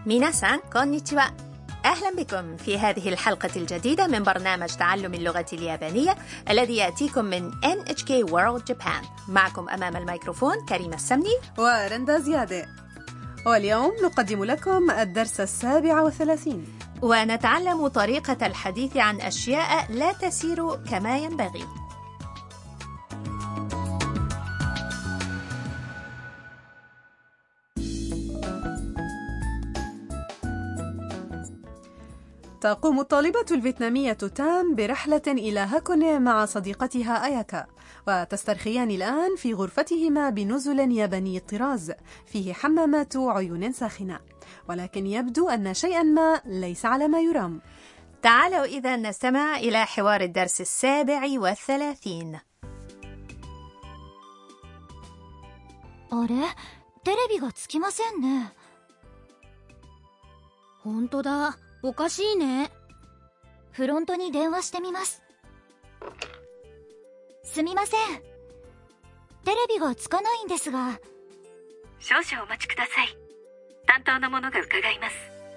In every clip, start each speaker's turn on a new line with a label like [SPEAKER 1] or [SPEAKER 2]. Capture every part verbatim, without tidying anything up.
[SPEAKER 1] ميناسان كونيتشوا. أهلا بكم في هذه الحلقة الجديدة من برنامج تعلم اللغة اليابانية الذي يأتيكم من إن إتش كي World Japan. معكم أمام الميكروفون كريمة السمني
[SPEAKER 2] ورندا زيادة، واليوم نقدم لكم الدرس السابع والثلاثين،
[SPEAKER 1] ونتعلم طريقة الحديث عن أشياء لا تسير كما ينبغي.
[SPEAKER 2] تقوم الطالبة الفيتنامية تام برحلة إلى هاكوني مع صديقتها أياكا، وتسترخيان الآن في غرفتهما بنزل ياباني الطراز فيه حمامات عيون ساخنة، ولكن يبدو أن شيئا ما ليس على ما يرام.
[SPEAKER 1] تعالوا إذا نستمع إلى حوار الدرس السابع والثلاثين.
[SPEAKER 3] あれ、テレビがつきませんね。本当だ、おかしいね。フロントに電話してみます。すみません。テレビがつかないんですが。
[SPEAKER 4] 少々お待ちください。担当の者が伺います。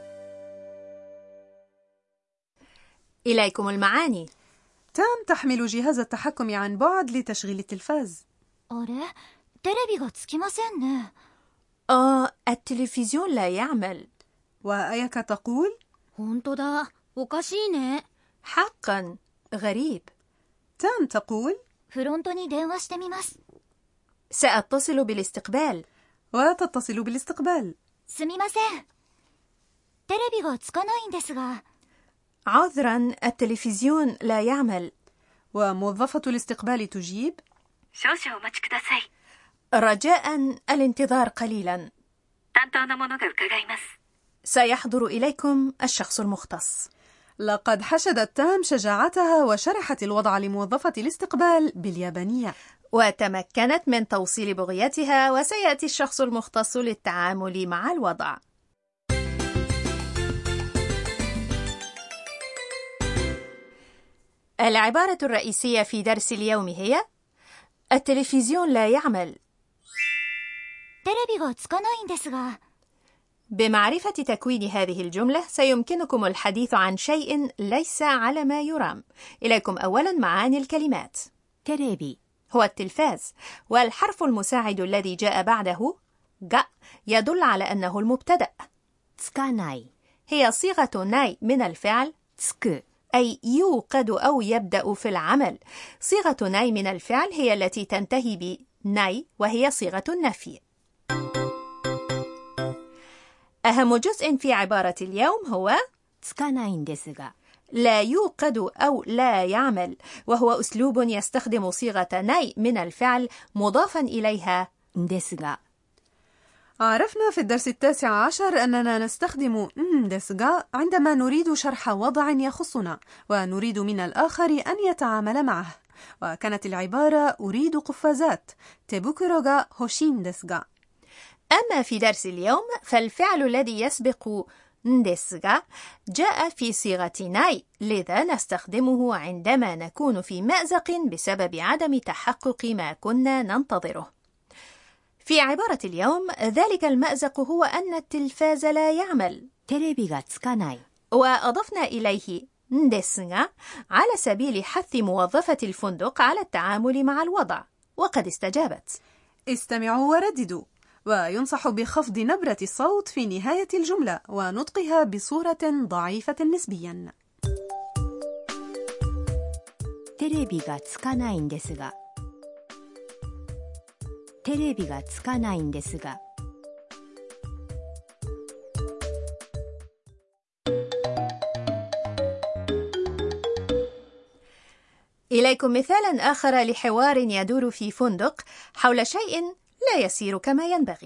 [SPEAKER 1] إليكم المعاني.
[SPEAKER 2] تام تحمل جهاز التحكم عن بعد لتشغيل التلفاز.
[SPEAKER 3] あれ、テレビがつきませんね。
[SPEAKER 1] آه، التلفزيون لا يعمل.
[SPEAKER 2] وأياكا تقول
[SPEAKER 3] 本当だ、おかしいね。
[SPEAKER 1] حقا غريب.
[SPEAKER 2] تام تقول
[SPEAKER 3] フロントに電話してみます。
[SPEAKER 1] سأتصل بالاستقبال.
[SPEAKER 2] وتتصل بالاستقبال.
[SPEAKER 3] すみません。テレビがつかないんですが。
[SPEAKER 1] عذرا، التلفزيون لا يعمل.
[SPEAKER 2] وموظفة الاستقبال تجيب
[SPEAKER 4] 少々お待ちください。
[SPEAKER 1] رجاء الانتظار قليلا.
[SPEAKER 4] 担当の者が伺います。
[SPEAKER 1] سيحضر إليكم الشخص المختص.
[SPEAKER 2] لقد حشدت تام شجاعتها وشرحت الوضع لموظفة الاستقبال باليابانية،
[SPEAKER 1] وتمكنت من توصيل بغيتها، وسيأتي الشخص المختص للتعامل مع الوضع. العبارة الرئيسية في درس اليوم هي التلفزيون لا يعمل.
[SPEAKER 3] テレビがつかないんですが。
[SPEAKER 1] بمعرفة تكوين هذه الجملة سيمكنكم الحديث عن شيء ليس على ما يرام. إليكم أولا معاني الكلمات.
[SPEAKER 3] テレビ
[SPEAKER 1] هو التلفاز، والحرف المساعد الذي جاء بعده جا يدل على أنه المبتدأ.
[SPEAKER 3] つかない
[SPEAKER 1] هي صيغة ناي من الفعل
[SPEAKER 3] つく
[SPEAKER 1] أي يوقد أو يبدأ في العمل. صيغة ناي من الفعل هي التي تنتهي بناي، وهي صيغة النفي. أهم جزء في عبارة اليوم هو
[SPEAKER 3] つかないんですが。
[SPEAKER 1] لا يوقد أو لا يعمل، وهو أسلوب يستخدم صيغة ناي من الفعل مضافا إليها
[SPEAKER 3] ですが。
[SPEAKER 2] عرفنا في الدرس التاسع عشر أننا نستخدم ن ديسغا عندما نريد شرح وضع يخصنا ونريد من الآخر أن يتعامل معه، وكانت العبارة أريد قفازات تبوكروغا هوشين ديسغا.
[SPEAKER 1] أما في درس اليوم فالفعل الذي يسبق ندسغا جاء في صيغة ناي، لذا نستخدمه عندما نكون في مأزق بسبب عدم تحقق ما كنا ننتظره. في عبارة اليوم ذلك المأزق هو أن التلفاز لا يعمل.
[SPEAKER 3] テレビがつかない
[SPEAKER 1] وأضفنا إليه ندسغا على سبيل حث موظفة الفندق على التعامل مع الوضع، وقد استجابت.
[SPEAKER 2] استمعوا ورددوا، وينصح بخفض نبرة الصوت في نهاية الجملة ونطقها بصورة ضعيفة نسبيا.
[SPEAKER 3] テレビがつかないんですが。テレビがつかないんですが。
[SPEAKER 1] إليكم مثالا آخر لحوار يدور في فندق حول شيء لا يسير كما ينبغي.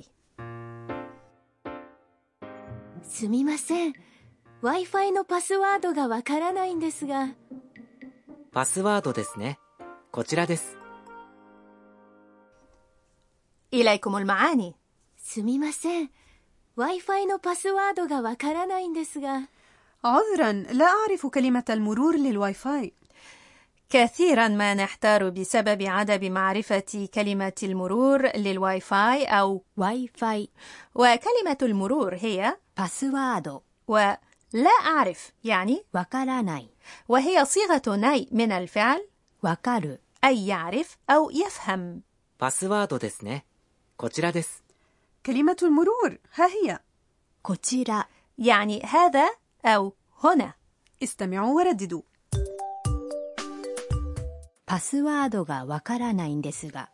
[SPEAKER 3] すみません。Wi-Fi のパスワードがわからないんですが。
[SPEAKER 5] パスワードですね。こちらです。
[SPEAKER 1] إليكم المعاني.
[SPEAKER 3] すみません。Wi-Fi のパスワードがわからないんですが。
[SPEAKER 2] عذرا، لا أعرف كلمة المرور للواي فاي.
[SPEAKER 1] كثيرا ما نحتار بسبب عدم معرفة كلمة المرور للواي فاي أو
[SPEAKER 3] واي فاي.
[SPEAKER 1] وكلمة المرور هي
[SPEAKER 3] パスワード
[SPEAKER 1] ولا أعرف يعني
[SPEAKER 3] わからない
[SPEAKER 1] وهي صيغة ناي من الفعل
[SPEAKER 3] わかる
[SPEAKER 1] أي يعرف أو يفهم.
[SPEAKER 5] パスワードですね。こちらです。
[SPEAKER 2] كلمة المرور ها هي
[SPEAKER 3] こちら
[SPEAKER 1] يعني هذا أو هنا.
[SPEAKER 2] استمعوا ورددوا
[SPEAKER 3] パスワードがわからないんですが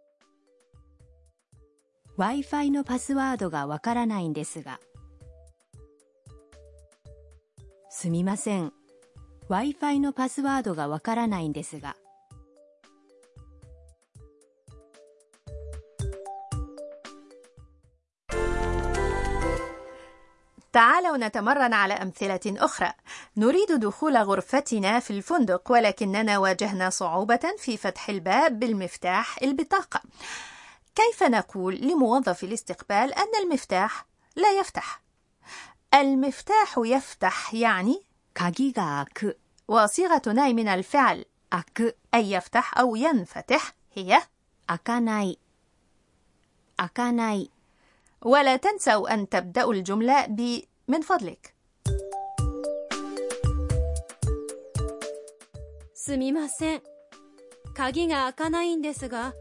[SPEAKER 3] Wi-Fi のパスワードがわからないんですがすみません Wi-Fi のパスワードがわからないんですが
[SPEAKER 1] تعالوا نتمرن على أمثلة أخرى. نريد دخول غرفتنا في الفندق ولكننا واجهنا صعوبة في فتح الباب بالمفتاح البطاقة. كيف نقول لموظف الاستقبال أن المفتاح لا يفتح؟ المفتاح يفتح يعني
[SPEAKER 3] 鍵が開く
[SPEAKER 1] وصيغة ناي من الفعل
[SPEAKER 3] 開く
[SPEAKER 1] أي يفتح أو ينفتح هي
[SPEAKER 3] 開かない開かない
[SPEAKER 1] ولا تنسوا أن تبدأوا الجملة ب من فضلك.
[SPEAKER 3] すみません鍵が開かないんですが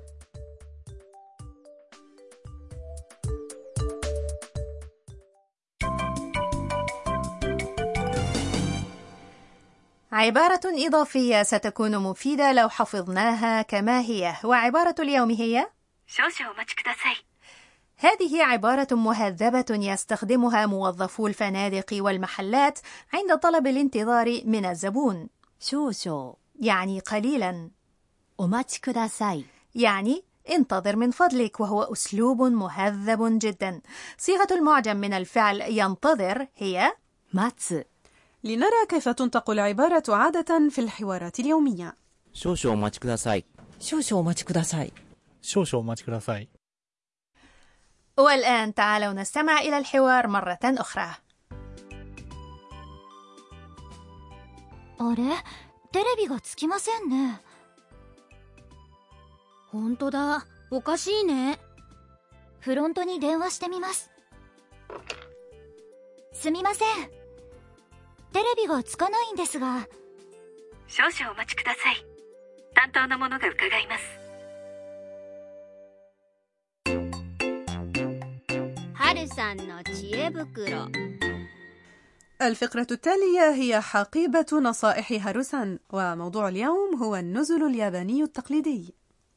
[SPEAKER 1] عبارة إضافية ستكون مفيدة لو حفظناها كما هي. وعبارة اليوم هي
[SPEAKER 4] 少々お待ちください
[SPEAKER 1] هذه عبارة مهذبة يستخدمها موظفو الفنادق والمحلات عند طلب الانتظار من الزبون.
[SPEAKER 3] 少々
[SPEAKER 1] يعني قليلا
[SPEAKER 3] お待ちください
[SPEAKER 1] يعني انتظر من فضلك، وهو أسلوب مهذب جدا. صيغة المعجم من الفعل ينتظر هي
[SPEAKER 3] 待つ
[SPEAKER 2] لنرى كيف تنطق العبارة عادة في الحوارات اليومية.
[SPEAKER 5] 少々お待ちください。
[SPEAKER 6] 少々お待ちください。
[SPEAKER 7] 少々お待ちください。
[SPEAKER 1] والآن تعالوا نستمع إلى الحوار مرة أخرى.
[SPEAKER 3] あれ、テレビがつきませんね。本当だ、おかしいね。フロントに電話してみます。すみません。テレビがつかないんですが。
[SPEAKER 4] 少々お待ちください。担当の者が伺います。
[SPEAKER 3] 春さんの知恵袋
[SPEAKER 2] الفقرة التالية هي حقيبة نصائح هاروسان، وموضوع اليوم هو النزل الياباني التقليدي.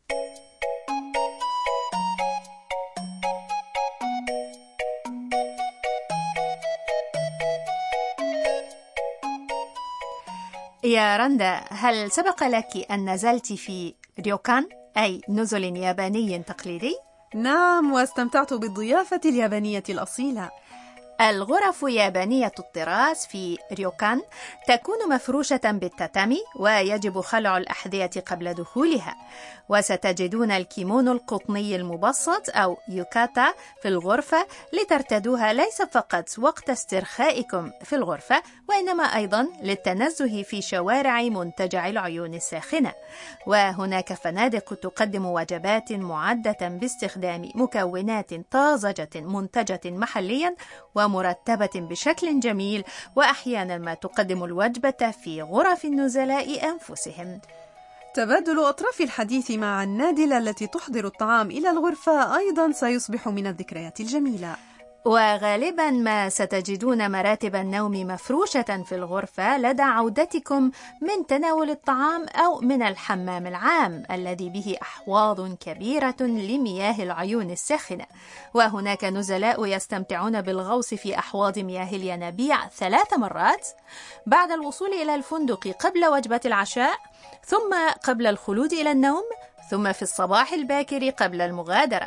[SPEAKER 1] يا رندا، هل سبق لك أن نزلت في ريوكان أي نزل ياباني تقليدي؟
[SPEAKER 2] نعم، واستمتعت بالضيافة اليابانية الأصيلة.
[SPEAKER 1] الغرف يابانية الطراز في ريوكان تكون مفروشة بالتاتامي، ويجب خلع الأحذية قبل دخولها. وستجدون الكيمونو القطني المبسط أو يوكاتا في الغرفة لترتدوها ليس فقط وقت استرخائكم في الغرفة، وإنما أيضا للتنزه في شوارع منتجع العيون الساخنة. وهناك فنادق تقدم وجبات معدة باستخدام مكونات طازجة منتجة محليا ومرتبة بشكل جميل، وأحيانا ما تقدم الوجبة في غرف النزلاء أنفسهم.
[SPEAKER 2] تبادل أطراف الحديث مع النادلة التي تحضر الطعام إلى الغرفة أيضا سيصبح من الذكريات الجميلة.
[SPEAKER 1] وغالبا ما ستجدون مراتب النوم مفروشة في الغرفة لدى عودتكم من تناول الطعام أو من الحمام العام الذي به أحواض كبيرة لمياه العيون الساخنة. وهناك نزلاء يستمتعون بالغوص في أحواض مياه الينابيع ثلاث مرات بعد الوصول إلى الفندق قبل وجبة العشاء، ثم قبل الخلود إلى النوم، ثم في الصباح الباكر قبل المغادرة.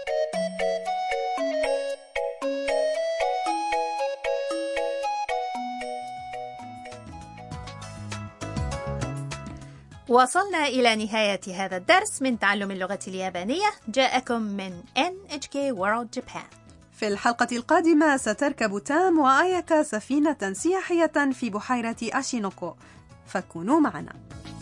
[SPEAKER 1] وصلنا إلى نهاية هذا الدرس من تعلم اللغة اليابانية، جاءكم من إن إتش كي World Japan.
[SPEAKER 2] في الحلقة القادمة ستركب تام وآياكا سفينة سياحية في بحيرة أشينوكو، فكونوا معنا.